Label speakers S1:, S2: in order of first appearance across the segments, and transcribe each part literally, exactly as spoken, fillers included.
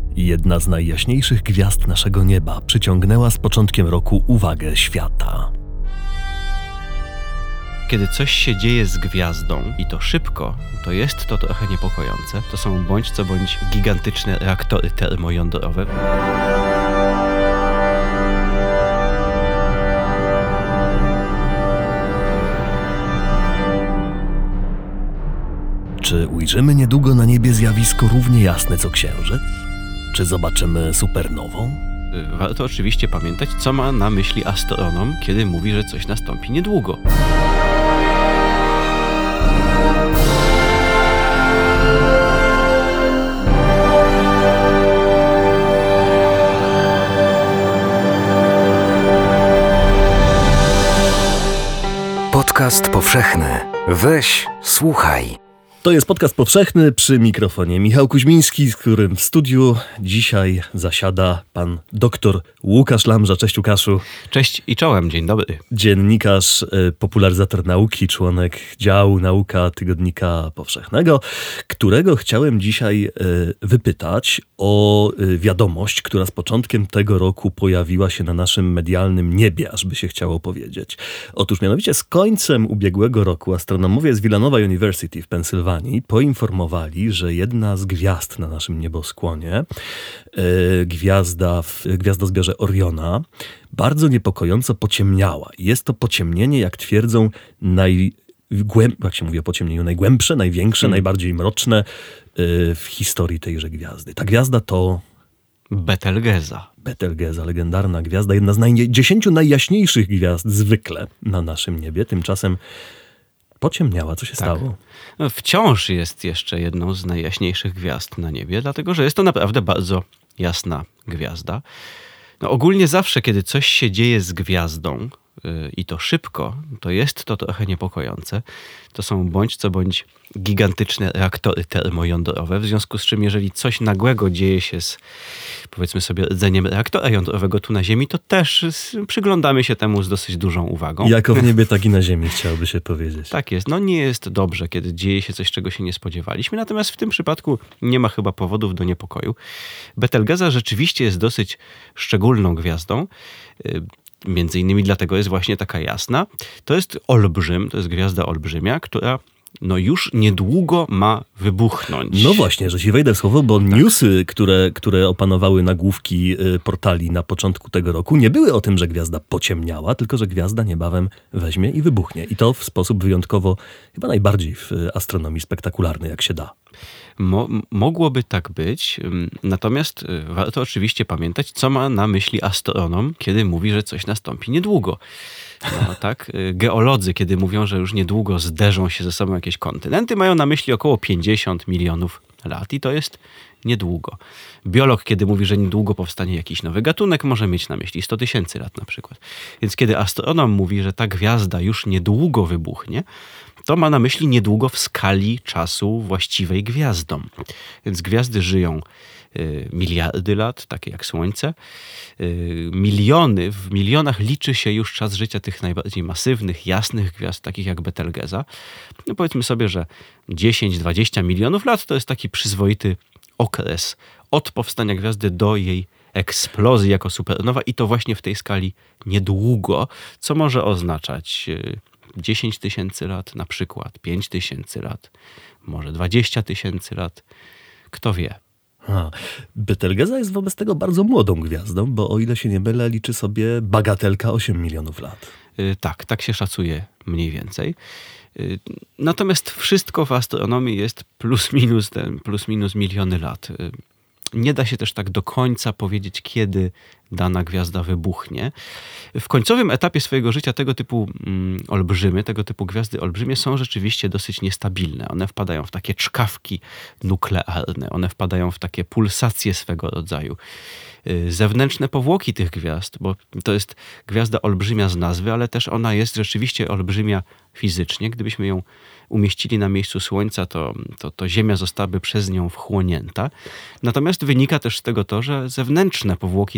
S1: Jedna z najjaśniejszych gwiazd naszego nieba przyciągnęła z początkiem roku uwagę świata.
S2: Kiedy coś się dzieje z gwiazdą i to szybko, to jest to trochę niepokojące. To są bądź co bądź gigantyczne reaktory termojądrowe.
S1: Czy ujrzymy niedługo na niebie zjawisko równie jasne co księżyc? Czy zobaczymy supernową?
S2: Warto oczywiście pamiętać, co ma na myśli astronom, kiedy mówi, że coś nastąpi niedługo.
S3: Podcast powszechny. Weź, słuchaj.
S1: To jest podcast powszechny, przy mikrofonie Michał Kuźmiński, z którym w studiu dzisiaj zasiada pan doktor Łukasz Lamża. Cześć Łukaszu.
S2: Cześć i czołem, dzień dobry.
S1: Dziennikarz, popularyzator nauki, członek działu Nauka Tygodnika Powszechnego, którego chciałem dzisiaj wypytać o wiadomość, która z początkiem tego roku pojawiła się na naszym medialnym niebie, aż by się chciało powiedzieć. Otóż mianowicie z końcem ubiegłego roku astronomowie z Villanova University w Pensylwanii poinformowali, że jedna z gwiazd na naszym nieboskłonie, e, gwiazda w gwiazdozbiorze Oriona, bardzo niepokojąco pociemniała. Jest to pociemnienie, jak twierdzą, najgłęb... jak się mówi o pociemnieniu, najgłębsze, największe, hmm. najbardziej mroczne e, w historii tejże gwiazdy. Ta gwiazda to...
S2: Betelgeza.
S1: Betelgeza, legendarna gwiazda, jedna z naj... dziesięciu najjaśniejszych gwiazd zwykle na naszym niebie. Tymczasem pociemniała. Co się
S2: tak.
S1: stało?
S2: No, wciąż jest jeszcze jedną z najjaśniejszych gwiazd na niebie, dlatego że jest to naprawdę bardzo jasna gwiazda. No, ogólnie zawsze, kiedy coś się dzieje z gwiazdą yy, i to szybko, to jest to trochę niepokojące. To są bądź co bądź gigantyczne reaktory termojądrowe, w związku z czym jeżeli coś nagłego dzieje się z, powiedzmy sobie, rdzeniem reaktora jądrowego tu na Ziemi, to też przyglądamy się temu z dosyć dużą uwagą.
S1: Jako w niebie, tak i na Ziemi, chciałoby się powiedzieć.
S2: Tak jest. No nie jest dobrze, kiedy dzieje się coś, czego się nie spodziewaliśmy, natomiast w tym przypadku nie ma chyba powodów do niepokoju. Betelgeza rzeczywiście jest dosyć szczególną gwiazdą. Między innymi dlatego jest właśnie taka jasna. To jest olbrzym, to jest gwiazda olbrzymia, która no już niedługo ma wybuchnąć.
S1: No właśnie, że się wejdę w słowo, bo tak. newsy, które, które opanowały nagłówki portali na początku tego roku, nie były o tym, że gwiazda pociemniała, tylko że gwiazda niebawem weźmie i wybuchnie. I to w sposób wyjątkowo, chyba najbardziej w astronomii spektakularny, jak się da.
S2: Mo- mogłoby tak być, natomiast warto oczywiście pamiętać, co ma na myśli astronom, kiedy mówi, że coś nastąpi niedługo. No, tak? Geolodzy, kiedy mówią, że już niedługo zderzą się ze sobą jakieś kontynenty, mają na myśli około pięćdziesiąt milionów lat i to jest niedługo. Biolog, kiedy mówi, że niedługo powstanie jakiś nowy gatunek, może mieć na myśli sto tysięcy lat na przykład. Więc kiedy astronom mówi, że ta gwiazda już niedługo wybuchnie, to ma na myśli niedługo w skali czasu właściwej gwiazdom. Więc gwiazdy żyją y, miliardy lat, takie jak Słońce. Y, miliony, w milionach liczy się już czas życia tych najbardziej masywnych, jasnych gwiazd, takich jak Betelgeza. No powiedzmy sobie, że dziesięć do dwudziestu milionów lat to jest taki przyzwoity okres od powstania gwiazdy do jej eksplozji jako supernowa i to właśnie w tej skali niedługo, co może oznaczać y, dziesięć tysięcy lat, na przykład pięć tysięcy lat, może dwadzieścia tysięcy lat. Kto wie?
S1: A, Betelgeza jest wobec tego bardzo młodą gwiazdą, bo o ile się nie mylę, liczy sobie bagatelka osiem milionów lat.
S2: Yy, tak, tak się szacuje mniej więcej. Yy, natomiast wszystko w astronomii jest plus minus, ten, plus minus miliony lat. Yy, nie da się też tak do końca powiedzieć, kiedy dana gwiazda wybuchnie. W końcowym etapie swojego życia tego typu mm, olbrzymy, tego typu gwiazdy olbrzymie są rzeczywiście dosyć niestabilne. One wpadają w takie czkawki nuklearne, one wpadają w takie pulsacje swego rodzaju. Yy, zewnętrzne powłoki tych gwiazd, bo to jest gwiazda olbrzymia z nazwy, ale też ona jest rzeczywiście olbrzymia fizycznie. Gdybyśmy ją umieścili na miejscu Słońca, to, to, to Ziemia zostałaby przez nią wchłonięta. Natomiast wynika też z tego to, że zewnętrzne powłoki tej gwiazdy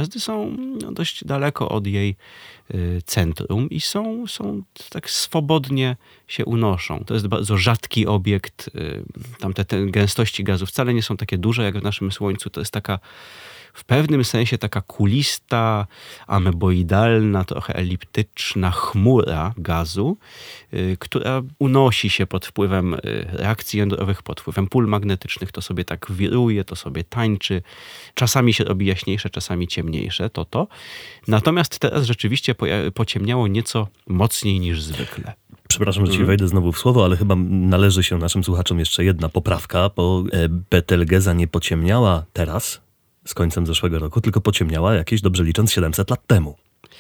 S2: gwiazdy są no, dość daleko od jej y, centrum i są, są tak swobodnie się unoszą. To jest bardzo rzadki obiekt. Y, tamte te gęstości gazu wcale nie są takie duże jak w naszym Słońcu. To jest taka w pewnym sensie taka kulista, ameboidalna, trochę eliptyczna chmura gazu, y, która unosi się pod wpływem y, reakcji jądrowych, pod wpływem pól magnetycznych. To sobie tak wiruje, to sobie tańczy. Czasami się robi jaśniejsze, czasami ciemniejsze, to to. Natomiast teraz rzeczywiście poja- pociemniało nieco mocniej niż zwykle.
S1: Przepraszam, że ci wejdę znowu w słowo, ale chyba należy się naszym słuchaczom jeszcze jedna poprawka, bo Betelgeza nie pociemniała teraz, z końcem zeszłego roku, tylko pociemniała jakieś, dobrze licząc, siedemset lat temu.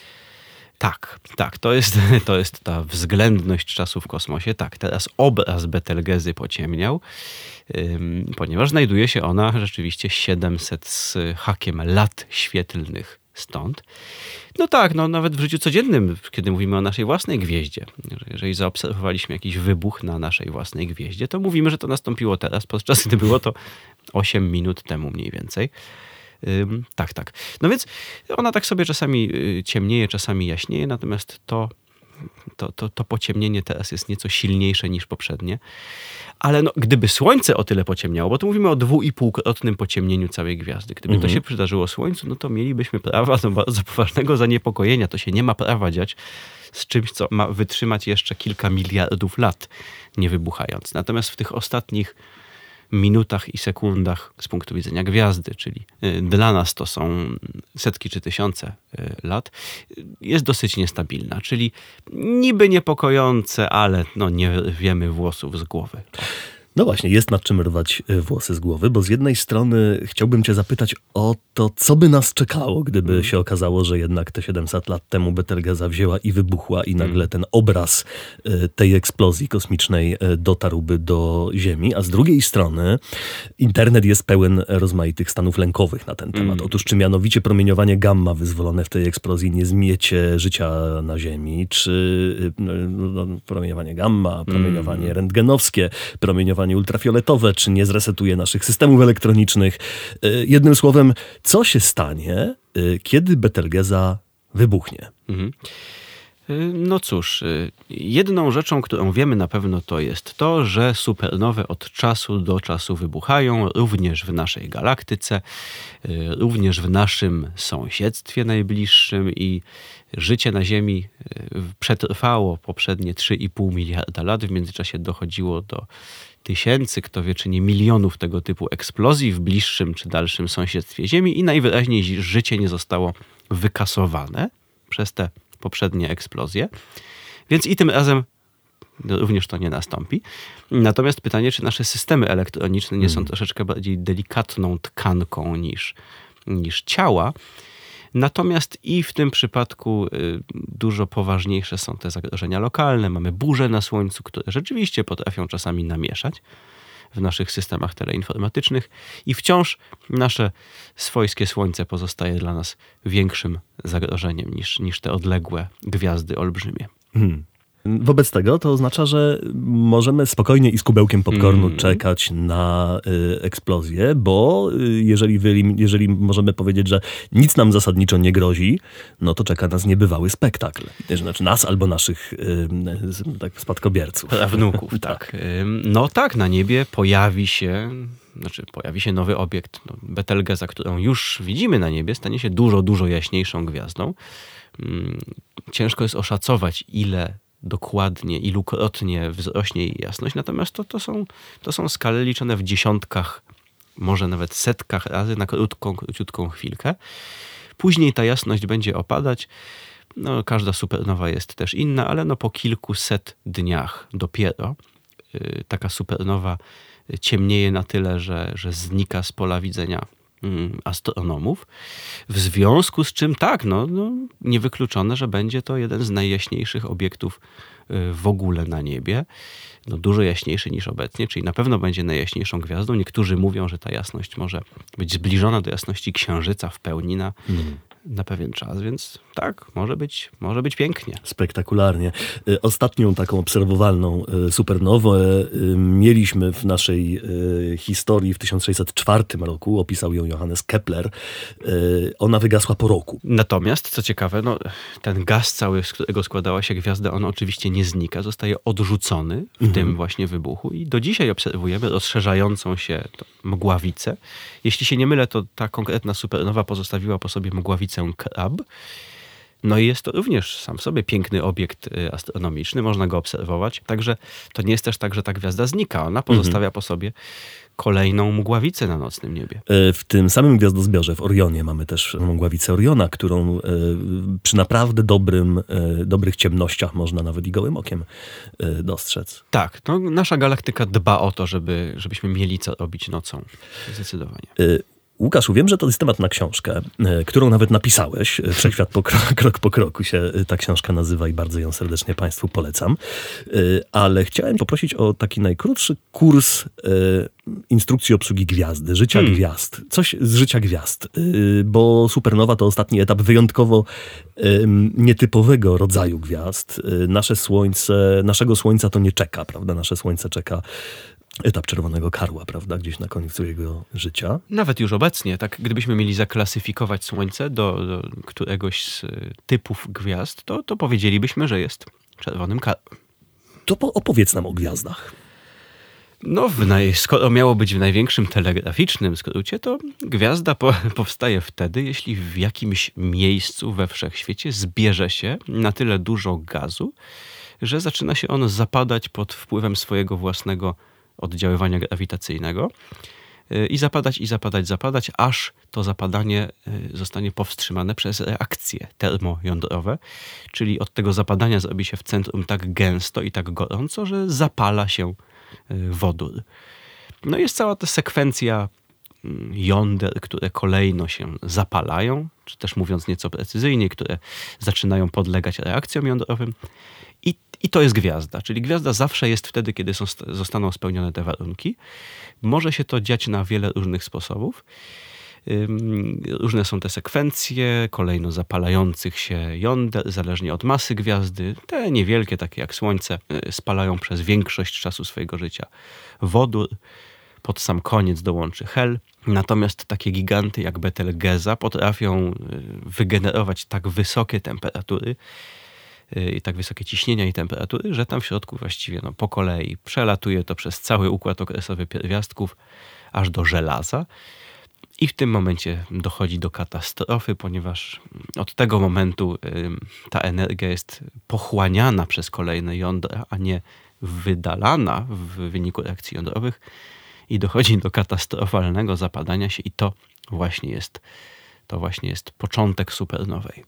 S2: Tak, tak, to jest, to jest ta względność czasu w kosmosie. Tak, teraz obraz Betelgezy pociemniał, ym, ponieważ znajduje się ona rzeczywiście siedemset z hakiem lat świetlnych stąd. No tak, no nawet w życiu codziennym, kiedy mówimy o naszej własnej gwieździe, jeżeli zaobserwowaliśmy jakiś wybuch na naszej własnej gwieździe, to mówimy, że to nastąpiło teraz, podczas gdy było to osiem minut temu mniej więcej. Ym, tak, tak. No więc ona tak sobie czasami ciemnieje, czasami jaśnieje, natomiast to, to, to, to pociemnienie teraz jest nieco silniejsze niż poprzednie. Ale no, gdyby Słońce o tyle pociemniało, bo tu mówimy o dwu i półkrotnym pociemnieniu całej gwiazdy. Gdyby mhm. to się przydarzyło Słońcu, no to mielibyśmy prawa do bardzo poważnego zaniepokojenia. To się nie ma prawa dziać z czymś, co ma wytrzymać jeszcze kilka miliardów lat, nie wybuchając. Natomiast w tych ostatnich minutach i sekundach z punktu widzenia gwiazdy, czyli dla nas to są setki czy tysiące lat, jest dosyć niestabilna. Czyli niby niepokojące, ale no nie wiemy włosów z głowy.
S1: No właśnie, jest nad czym rwać włosy z głowy, bo z jednej strony chciałbym cię zapytać o to, co by nas czekało, gdyby mm. się okazało, że jednak te siedemset lat temu Betelgeza wzięła i wybuchła i nagle mm. ten obraz tej eksplozji kosmicznej dotarłby do Ziemi, a z drugiej strony internet jest pełen rozmaitych stanów lękowych na ten temat. Mm. Otóż czy mianowicie promieniowanie gamma wyzwolone w tej eksplozji nie zmiecie życia na Ziemi, czy no, promieniowanie gamma, promieniowanie mm. rentgenowskie, promieniowanie ultrafioletowe, czy nie zresetuje naszych systemów elektronicznych. Jednym słowem, co się stanie, kiedy Betelgeza wybuchnie? Mhm.
S2: No cóż, jedną rzeczą, którą wiemy na pewno, to jest to, że supernowe od czasu do czasu wybuchają, również w naszej galaktyce, również w naszym sąsiedztwie najbliższym i życie na Ziemi przetrwało poprzednie trzy i pół miliarda lat. W międzyczasie dochodziło do tysięcy, kto wie, czy nie milionów tego typu eksplozji w bliższym czy dalszym sąsiedztwie Ziemi i najwyraźniej życie nie zostało wykasowane przez te poprzednie eksplozje. Więc i tym razem również to nie nastąpi. Natomiast pytanie, czy nasze systemy elektroniczne nie są troszeczkę bardziej delikatną tkanką niż, niż ciała. Natomiast i w tym przypadku y, dużo poważniejsze są te zagrożenia lokalne. Mamy burze na Słońcu, które rzeczywiście potrafią czasami namieszać w naszych systemach teleinformatycznych i wciąż nasze swojskie Słońce pozostaje dla nas większym zagrożeniem niż, niż te odległe gwiazdy olbrzymie. Hmm.
S1: Wobec tego to oznacza, że możemy spokojnie i z kubełkiem popcornu mm. czekać na y, eksplozję, bo y, jeżeli, wy, jeżeli możemy powiedzieć, że nic nam zasadniczo nie grozi, no to czeka nas niebywały spektakl. Znaczy nas albo naszych y, tak, spadkobierców.
S2: Prawnuków, tak. No tak, na niebie pojawi się... Znaczy, pojawi się nowy obiekt. No, Betelgeza, którą już widzimy na niebie, stanie się dużo, dużo jaśniejszą gwiazdą. Ciężko jest oszacować, ile dokładnie, ilukrotnie wzrośnie jej jasność, natomiast to, to, są, to są skale liczone w dziesiątkach, może nawet setkach razy na krótką, króciutką chwilkę. Później ta jasność będzie opadać. No, każda supernowa jest też inna, ale no po kilkuset dniach dopiero yy, taka supernowa ciemnieje na tyle, że, że znika z pola widzenia astronomów. W związku z czym tak, no, no niewykluczone, że będzie to jeden z najjaśniejszych obiektów w ogóle na niebie. No, dużo jaśniejszy niż obecnie, czyli na pewno będzie najjaśniejszą gwiazdą. Niektórzy mówią, że ta jasność może być zbliżona do jasności Księżyca w pełni na, mm. na pewien czas, więc tak, może być, może być pięknie.
S1: Spektakularnie. Ostatnią taką obserwowalną supernowę mieliśmy w naszej historii w tysiąc sześćset czwartym roku. Opisał ją Johannes Kepler. Ona wygasła po roku.
S2: Natomiast, co ciekawe, no, ten gaz cały, z którego składała się gwiazda, on oczywiście nie znika, zostaje odrzucony w mhm. tym właśnie wybuchu i do dzisiaj obserwujemy rozszerzającą się mgławicę. Jeśli się nie mylę, to ta konkretna supernowa pozostawiła po sobie mgławicę Crab. No i jest to również sam w sobie piękny obiekt astronomiczny, można go obserwować. Także to nie jest też tak, że ta gwiazda znika. Ona pozostawia mhm. po sobie kolejną mgławicę na nocnym niebie.
S1: W tym samym gwiazdozbiorze w Orionie mamy też mgławicę Oriona, którą przy naprawdę dobrym, dobrych ciemnościach można nawet i gołym okiem dostrzec.
S2: Tak, no, nasza galaktyka dba o to, żeby, żebyśmy mieli co robić nocą. Zdecydowanie.
S1: Y- Łukaszu, wiem, że to jest temat na książkę, którą nawet napisałeś. Wszechświat po krok, krok po kroku się ta książka nazywa i bardzo ją serdecznie Państwu polecam. Ale chciałem poprosić o taki najkrótszy kurs instrukcji obsługi gwiazdy, życia hmm. gwiazd. Coś z życia gwiazd, bo supernowa to ostatni etap wyjątkowo nietypowego rodzaju gwiazd. Nasze słońce, naszego słońca to nie czeka, prawda? Nasze słońce czeka etap czerwonego karła, prawda? Gdzieś na końcu jego życia.
S2: Nawet już obecnie, tak gdybyśmy mieli zaklasyfikować Słońce do, do któregoś z typów gwiazd, to, to powiedzielibyśmy, że jest czerwonym karłem.
S1: To po, opowiedz nam o gwiazdach.
S2: No, w naj, skoro miało być w największym telegraficznym skrócie, to gwiazda po, powstaje wtedy, jeśli w jakimś miejscu we wszechświecie zbierze się na tyle dużo gazu, że zaczyna się on zapadać pod wpływem swojego własnego oddziaływania grawitacyjnego i zapadać, i zapadać, zapadać, aż to zapadanie zostanie powstrzymane przez reakcje termojądrowe, czyli od tego zapadania zrobi się w centrum tak gęsto i tak gorąco, że zapala się wodór. No i jest cała ta sekwencja jąder, które kolejno się zapalają, czy też mówiąc nieco precyzyjniej, które zaczynają podlegać reakcjom jądrowym. I, I to jest gwiazda, czyli gwiazda zawsze jest wtedy, kiedy są, zostaną spełnione te warunki. Może się to dziać na wiele różnych sposobów. Ym, różne są te sekwencje kolejno zapalających się jąder, zależnie od masy gwiazdy. Te niewielkie, takie jak Słońce, y, spalają przez większość czasu swojego życia wodór. Pod sam koniec dołączy hel. Natomiast takie giganty jak Betelgeza potrafią wygenerować tak wysokie temperatury i tak wysokie ciśnienia i temperatury, że tam w środku właściwie no, po kolei przelatuje to przez cały układ okresowy pierwiastków aż do żelaza. I w tym momencie dochodzi do katastrofy, ponieważ od tego momentu y, ta energia jest pochłaniana przez kolejne jądra, a nie wydalana w wyniku reakcji jądrowych. I dochodzi do katastrofalnego zapadania się i to właśnie jest, to właśnie jest początek supernowej.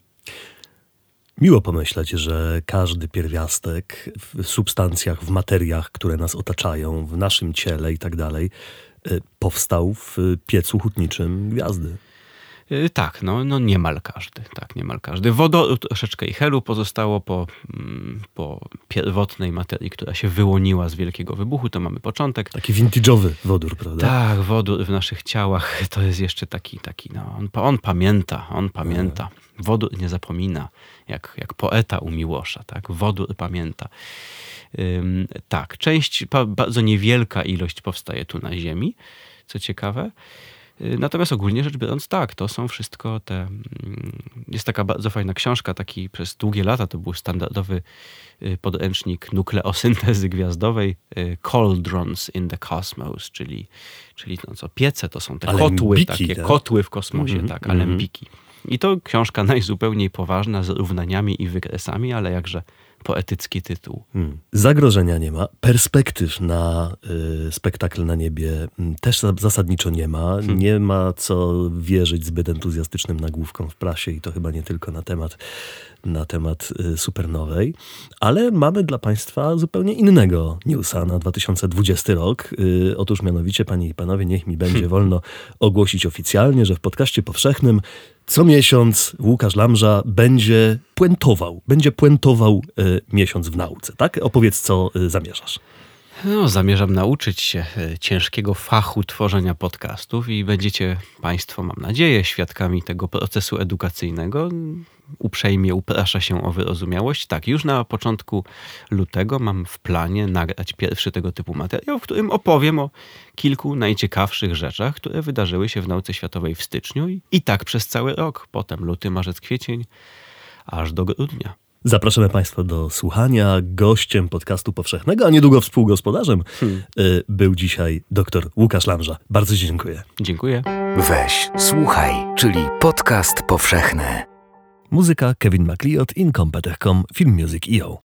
S1: Miło pomyśleć, że każdy pierwiastek w substancjach, w materiach, które nas otaczają, w naszym ciele i tak dalej, powstał w piecu hutniczym gwiazdy.
S2: Yy, tak, no, no niemal każdy. Tak, niemal każdy. Wodoru troszeczkę i helu pozostało po, mm, po pierwotnej materii, która się wyłoniła z wielkiego wybuchu. To mamy początek.
S1: Taki vintage'owy wodór, prawda?
S2: Tak, wodór w naszych ciałach to jest jeszcze taki, taki no, on, on pamięta, on pamięta. Wodór nie zapomina, jak, jak poeta u Miłosza, tak? Wodór pamięta. Ym, tak, część, bardzo niewielka ilość powstaje tu na Ziemi, co ciekawe. Natomiast ogólnie rzecz biorąc, tak, to są wszystko te... Jest taka bardzo fajna książka, taki przez długie lata to był standardowy podręcznik nukleosyntezy gwiazdowej, Cauldrons in the Cosmos, czyli, czyli no co, piece to są te alembiki, kotły, takie tak? kotły w kosmosie, mm-hmm, tak, alembiki. I to książka najzupełniej poważna, z równaniami i wykresami, ale jakże poetycki tytuł. Hmm.
S1: Zagrożenia nie ma, perspektyw na y, spektakl na niebie też zasadniczo nie ma. Hmm. Nie ma co wierzyć zbyt entuzjastycznym nagłówkom w prasie i to chyba nie tylko na temat, na temat y, supernowej, ale mamy dla Państwa zupełnie innego newsa na dwa tysiące dwudziesty rok. Y, otóż mianowicie, Panie i Panowie, niech mi będzie wolno ogłosić oficjalnie, że w podcaście powszechnym co miesiąc Łukasz Lamża będzie puentował, będzie puentował y, miesiąc w nauce, tak? Opowiedz, co y, zamierzasz.
S2: No, zamierzam nauczyć się ciężkiego fachu tworzenia podcastów i będziecie Państwo, mam nadzieję, świadkami tego procesu edukacyjnego. Uprzejmie uprasza się o wyrozumiałość. Tak, już na początku lutego mam w planie nagrać pierwszy tego typu materiał, w którym opowiem o kilku najciekawszych rzeczach, które wydarzyły się w nauce światowej w styczniu i, i tak przez cały rok. Potem luty, marzec, kwiecień, aż do grudnia.
S1: Zapraszamy Państwa do słuchania. Gościem podcastu powszechnego, a niedługo współgospodarzem hmm. był dzisiaj dr Łukasz Lanża. Bardzo Ci dziękuję.
S2: Dziękuję.
S3: Weź, słuchaj, czyli podcast powszechny.
S1: Muzyka Kevin MacLeod, Incompetech kropka com, Film Music kropka i o.